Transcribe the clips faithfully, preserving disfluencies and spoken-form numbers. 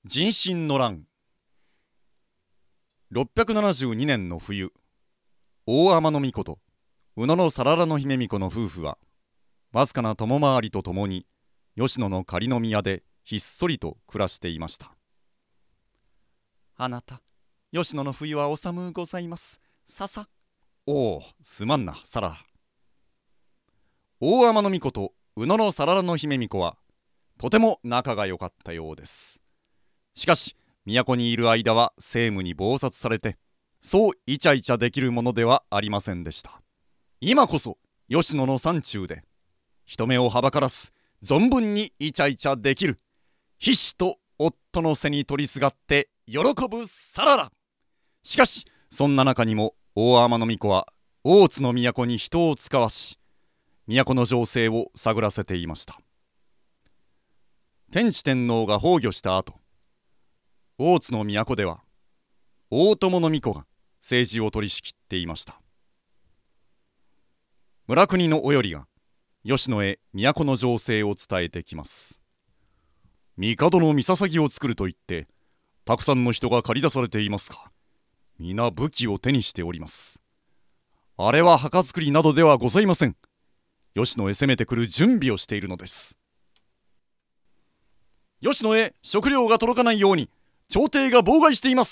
人心の乱。ろっぴゃくななじゅうにねんの冬、大天皇命と宇野の皿良姫巫女の夫婦はわずかな共回りとともに吉野の仮の宮でひっそりと暮らしていました。あなた、吉野の冬はお寒うございます。ささ。おお、すまんな、サラ。大天皇命と宇野の皿良姫巫女はとても仲が良かったようです。しかし都にいる間は政務に忙殺されて、そうイチャイチャできるものではありませんでした。今こそ吉野の山中で人目をはばからす存分にイチャイチャできる。必死と夫の背に取りすがって喜ぶサララ。しかしそんな中にも大天皇命は大津の都に人を遣わし、都の情勢を探らせていました。天智天皇が崩御した後、大津の都では大友皇子が政治を取り仕切っていました。村国のおよりが吉野へ都の情勢を伝えてきます。帝の見捧ぎを作ると言ってたくさんの人が駆り出されていますが、皆武器を手にしております。あれは墓作りなどではございません。吉野へ攻めてくる準備をしているのです。吉野へ食料が届かないように朝廷が妨害しています。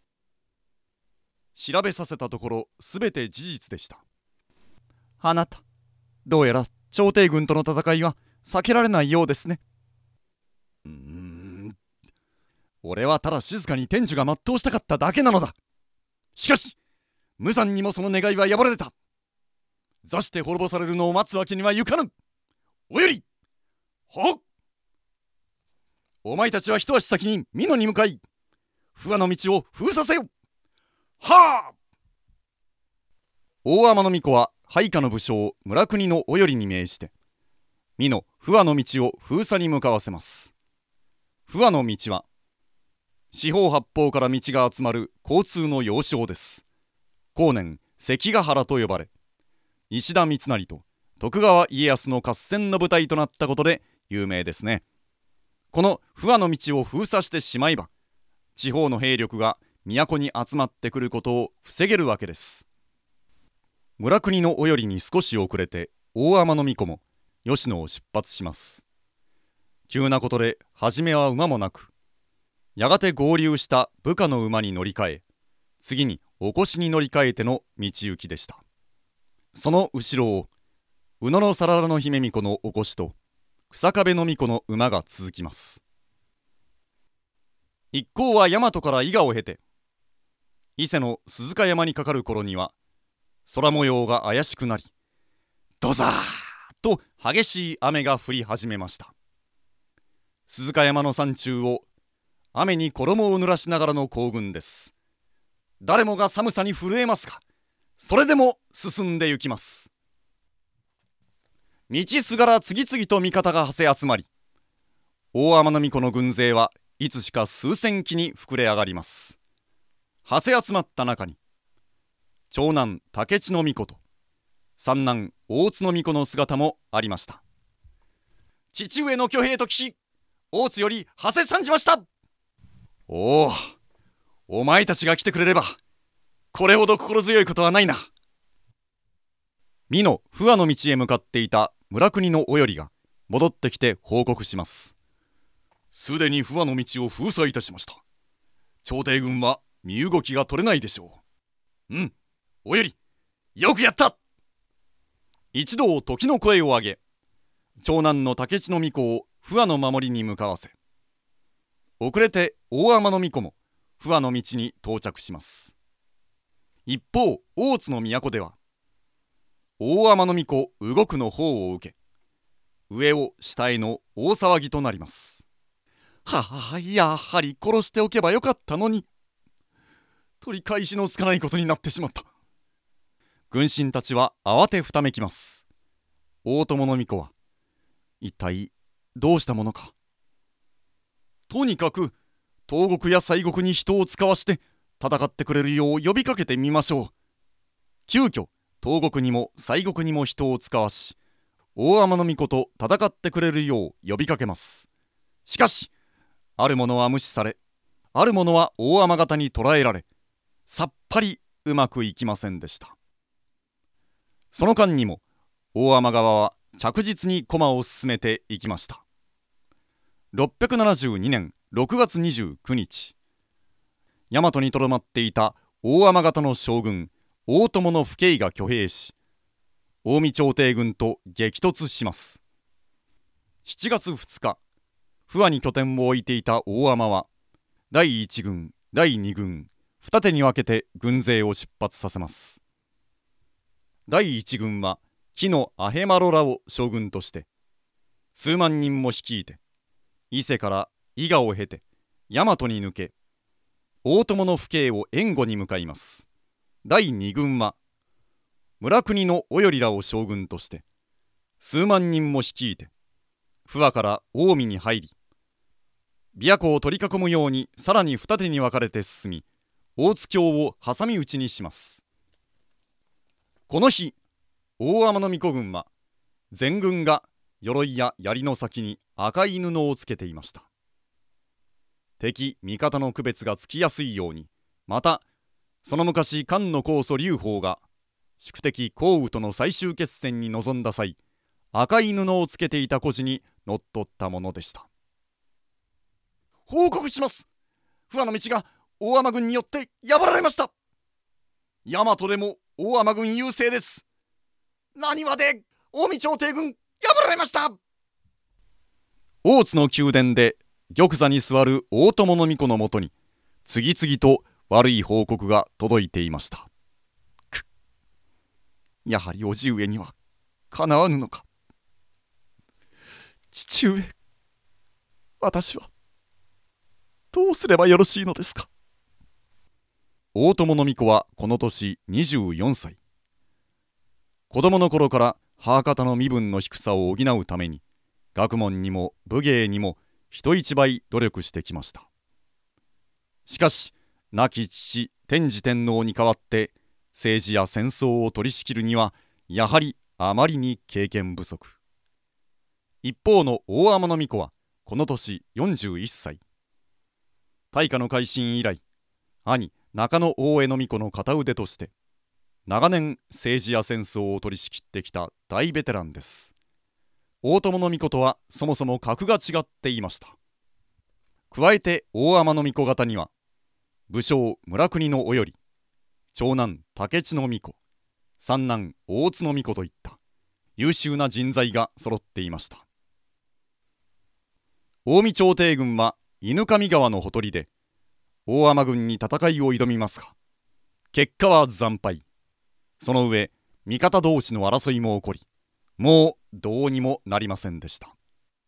調べさせたところ、すべて事実でした。あなた、どうやら朝廷軍との戦いは避けられないようですね。うーん、俺はただ静かに天寿が全うしたかっただけなのだ。しかし無残にもその願いは破られた。座して滅ぼされるのを待つわけにはいかぬ。おより、はっ、お前たちは一足先に美濃に向かい、不破の道を封鎖せよ。はあ。大天皇命は配下の武将村国のおよりに命じて美濃不破の道を封鎖に向かわせます。不破の道は四方八方から道が集まる交通の要衝です。後年関ヶ原と呼ばれ、石田三成と徳川家康の合戦の舞台となったことで有名ですね。この不破の道を封鎖してしまえば、地方の兵力が都に集まってくることを防げるわけです。村国のおよりに少し遅れて大天皇命も吉野を出発します。急なことで初めは馬もなく、やがて合流した部下の馬に乗り換え、次におこしに乗り換えての道行きでした。その後ろを宇野の皿良姫巫女のおこしと草壁の巫女の馬が続きます。一行は大和から伊賀を経て伊勢の鈴鹿山にかかる頃には空模様が怪しくなり、ドザーッと激しい雨が降り始めました。鈴鹿山の山中を雨に衣を濡らしながらの行軍です。誰もが寒さに震えますが、それでも進んで行きます。道すがら次々と味方がはせ集まり、大天皇命の軍勢はいつしか数千騎に膨れ上がります。はせ集まった中に長男竹地の巫女と三男大津の巫女の姿もありました。父上の挙兵と聞き、大津よりはせ参じました。おお、お前たちが来てくれればこれほど心強いことはないな。美濃不破の道へ向かっていた村国のおよりが戻ってきて報告します。すでに不破の道を封鎖いたしました。朝廷軍は身動きが取れないでしょう。うん、およりよくやった。一同時の声を上げ、長男の竹地の巫女を不破の守りに向かわせ、遅れて大天皇命も不破の道に到着します。一方大津の都では大天皇命動くの方を受け、上を下への大騒ぎとなります。はあ、やはり殺しておけばよかったのに、取り返しのつかないことになってしまった。軍神たちは慌てふためきます。大友皇命は一体どうしたものか。とにかく東国や西国に人を使わして戦ってくれるよう呼びかけてみましょう。急遽東国にも西国にも人を使わし、大天皇命と戦ってくれるよう呼びかけます。しかしある者は無視され、ある者は大天方に捕らえられ、さっぱりうまくいきませんでした。その間にも大天川は着実に駒を進めていきました。ろっぴゃくななじゅうにねんろくがつにじゅうくにち、大和にとどまっていた大天方の将軍大友の父兄が挙兵し、近江朝廷軍と激突します。しちがつふつか、不破に拠点を置いていた大天はだいいち軍だいに軍二手に分けて軍勢を出発させます。だいいち軍は紀のアヘマロらを将軍として数万人も率いて、伊勢から伊賀を経て大和に抜け、大友の父兄を援護に向かいます。だいに軍は村国のおよりらを将軍として数万人も率いて不破から近江に入り、琵琶湖を取り囲むようにさらに二手に分かれて進み、大津峡を挟み撃ちにします。この日、大天皇子軍は全軍が鎧や槍の先に赤い布をつけていました。敵味方の区別がつきやすいように、またその昔漢の高祖劉邦が宿敵項羽との最終決戦に臨んだ際、赤い布をつけていた故事にのっとったものでした。報告します。不破の道が大天軍によって破られました。大和でも大天軍優勢です。何わで近江朝廷軍破られました。大津の宮殿で玉座に座る大友皇子のもとに次々と悪い報告が届いていました。くやはり叔父上にはかなわぬのか。父上、私はどうすればよろしいのですか。大友皇子はこの年にじゅうよんさい。子供の頃から母方の身分の低さを補うために学問にも武芸にも人一倍努力してきました。しかし亡き父天智天皇に代わって政治や戦争を取り仕切るにはやはりあまりに経験不足。一方の大天皇子はこの年よんじゅういっさい。大化の改新以来、兄中野大江皇子の片腕として長年政治や戦争を取り仕切ってきた大ベテランです。大友皇子とはそもそも格が違っていました。加えて大天皇子方には武将村国のおより、長男武智皇子、三男大津皇子といった優秀な人材が揃っていました。近江朝廷軍は犬上川のほとりで大天軍に戦いを挑みますが、結果は惨敗。その上味方同士の争いも起こり、もうどうにもなりませんでした。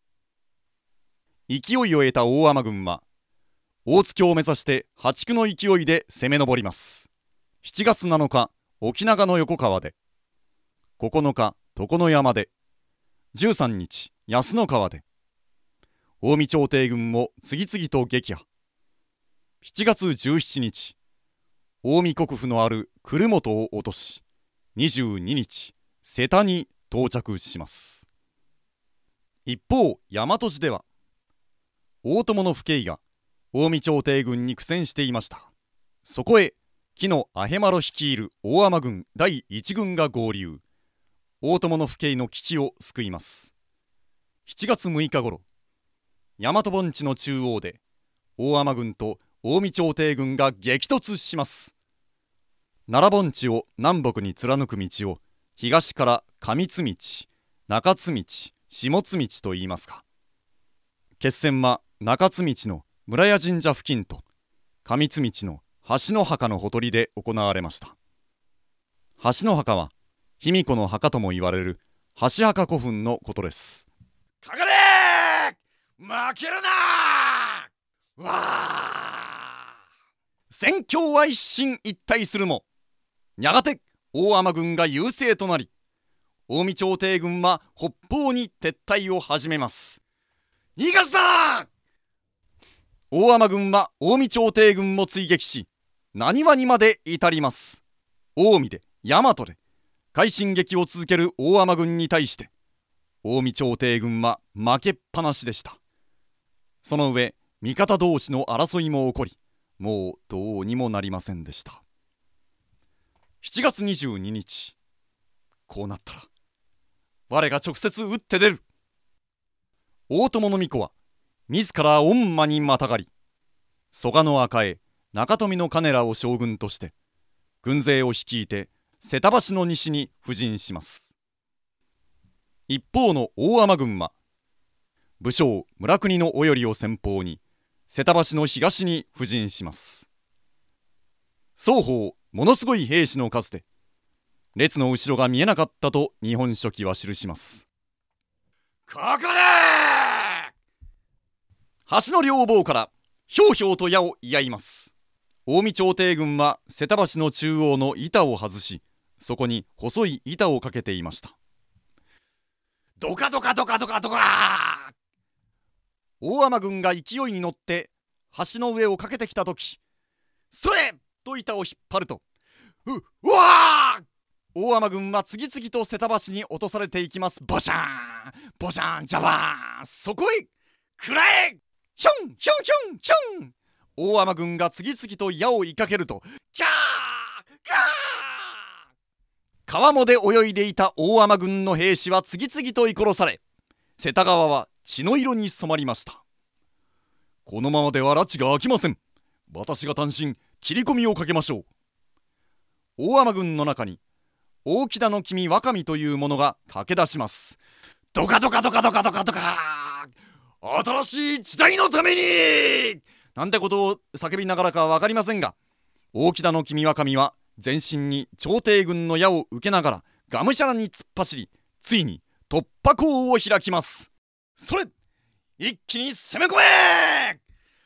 勢いを得た大天軍は大津峡を目指して破竹の勢いで攻め上ります。しちがつなのか沖長の横川で、ここのか常野山で、じゅうさんにち安野川で、近江朝廷軍を次々と撃破。しちがつじゅうしちにち、近江国府のある来本を落とし、にじゅうににち瀬田に到着します。一方大和路では大友の父兄が近江朝廷軍に苦戦していました。そこへ紀のアヘマロ率いる大天軍だいいち軍が合流。大友の父兄の危機を救います。しちがつむいかごろ、大和盆地の中央で大天軍と近江朝廷軍が激突します。奈良盆地を南北に貫く道を東から上津道、中津道、下津道と言いますか、決戦は中津道の村屋神社付近と上津道の橋の墓のほとりで行われました。橋の墓は卑弥呼の墓とも言われる橋墓古墳のことです。かかれー、負けるなー、わー。戦況は一進一退するも、やがて大天軍が優勢となり、近江朝廷軍は北方に撤退を始めます。逃がすな。大天軍は近江朝廷軍を追撃し、難波にまで至ります。近江で大和で快進撃を続ける大天軍に対して、近江朝廷軍は負けっぱなしでした。その上味方同士の争いも起こり、もうどうにもなりませんでした。しちがつにじゅうににち、こうなったら我が直接打って出る。大友皇子は自ら御馬にまたがり、蘇我の赤江、中富の兼らを将軍として軍勢を率いて瀬田橋の西に布陣します。一方の大海人軍は武将村国のおよりを先方に瀬田橋の東に布陣します。双方ものすごい兵士の数で列の後ろが見えなかったと日本書紀は記します。ここで橋の両方からひょうひょうと矢を居合います。近江朝廷軍は瀬田橋の中央の板を外し、そこに細い板をかけていました。ドカドカドカドカドカ。大海人軍が勢いに乗って橋の上をかけてきたとき、それと板を引っ張ると、ううわー、大海人軍は次々と瀬田橋に落とされていきます。ボシャーンボシャーンジャバーン、そこへくらえ、ヒョンヒョンヒョンヒョン。大海人軍が次々と矢を射かけると、キャーキャー。川面で泳いでいた大海人軍の兵士は次々と射殺され、瀬田川は血の色に染まりました。このままでは拉致が開きません。私が単身切り込みをかけましょう。大海人軍の中に大木田の君若見という者が駆け出します。ドカドカドカドカドカドカ、新しい時代のためになんてことを叫びながらかは分かりませんが、大木田の君若見は全身に朝廷軍の矢を受けながらがむしゃらに突っ走り、ついに突破口を開きます。それ、一気に攻め込め。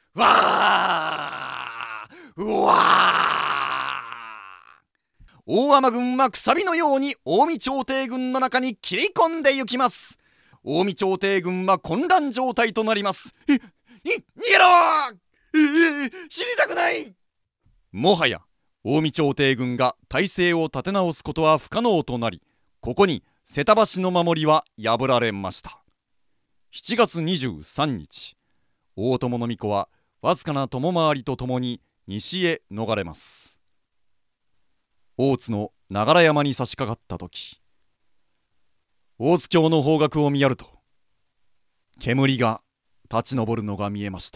わーうわー。大海軍はくさびのように近江朝廷軍の中に切り込んで行きます。近江朝廷軍は混乱状態となります。え、に、逃げろー、えー、死にたくない。もはや近江朝廷軍が体勢を立て直すことは不可能となり、ここに瀬田橋の守りは破られました。しちがつにじゅうさんにち、大友皇子はわずかな友回りとともに西へ逃れます。大津の長山に差し掛かった時、大津峡の方角を見やると煙が立ち上るのが見えました。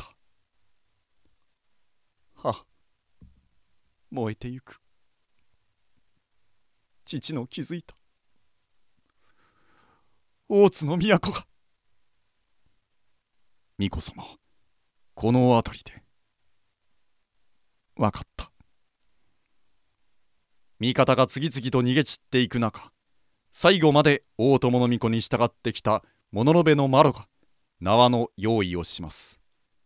は、燃えてゆく。父の築いた大津の都が。巫女様、この辺りで分かった。味方が次々と逃げ散っていく中、最後まで大友皇子に従ってきた物部の麻呂が縄の用意をします。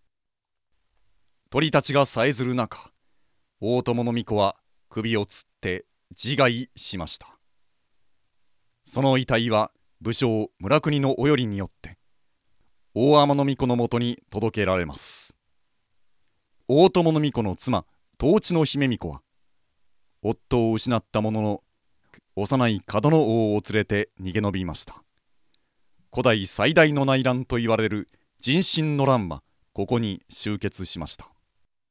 鳥たちがさえずる中、大友皇子は首をつって自害しました。その遺体は武将村国のおよりによって大海人皇子のもとに届けられます。大友皇子の妻東地の姫巫女は夫を失ったものの幼い門の王を連れて逃げ延びました。古代最大の内乱と言われる壬申の乱はここに終結しました。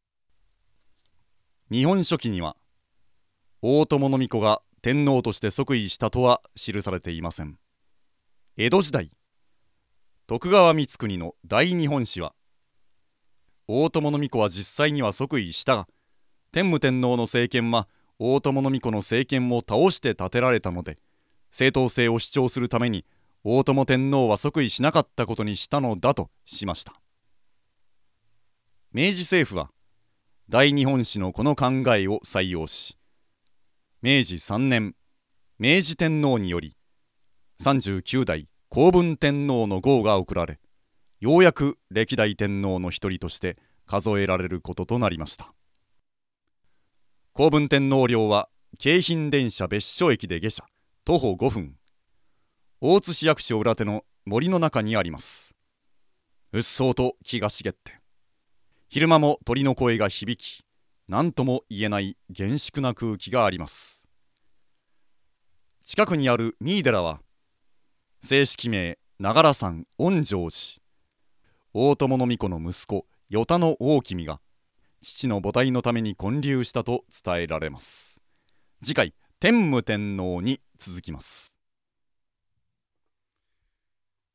日本書紀には大友皇子が天皇として即位したとは記されていません。江戸時代、徳川光圀の大日本史は、大友皇子は実際には即位したが、天武天皇の政権は大友皇子の政権を倒して建てられたので、正当性を主張するために大友天皇は即位しなかったことにしたのだとしました。明治政府は大日本史のこの考えを採用し、めいじさんねん、明治天皇によりさんじゅうきゅうだい光文天皇の号が贈られ、ようやく歴代天皇の一人として数えられることとなりました。光文天皇陵は京浜電車別所駅で下車徒歩ごふん、大津市役所裏手の森の中にあります。うっそうと木が茂って、昼間も鳥の声が響き、何とも言えない厳粛な空気があります。近くにある三井寺は正式名長良山恩成寺、大友皇子の息子与田の大君が父の母体のために建立したと伝えられます。次回天武天皇に続きます。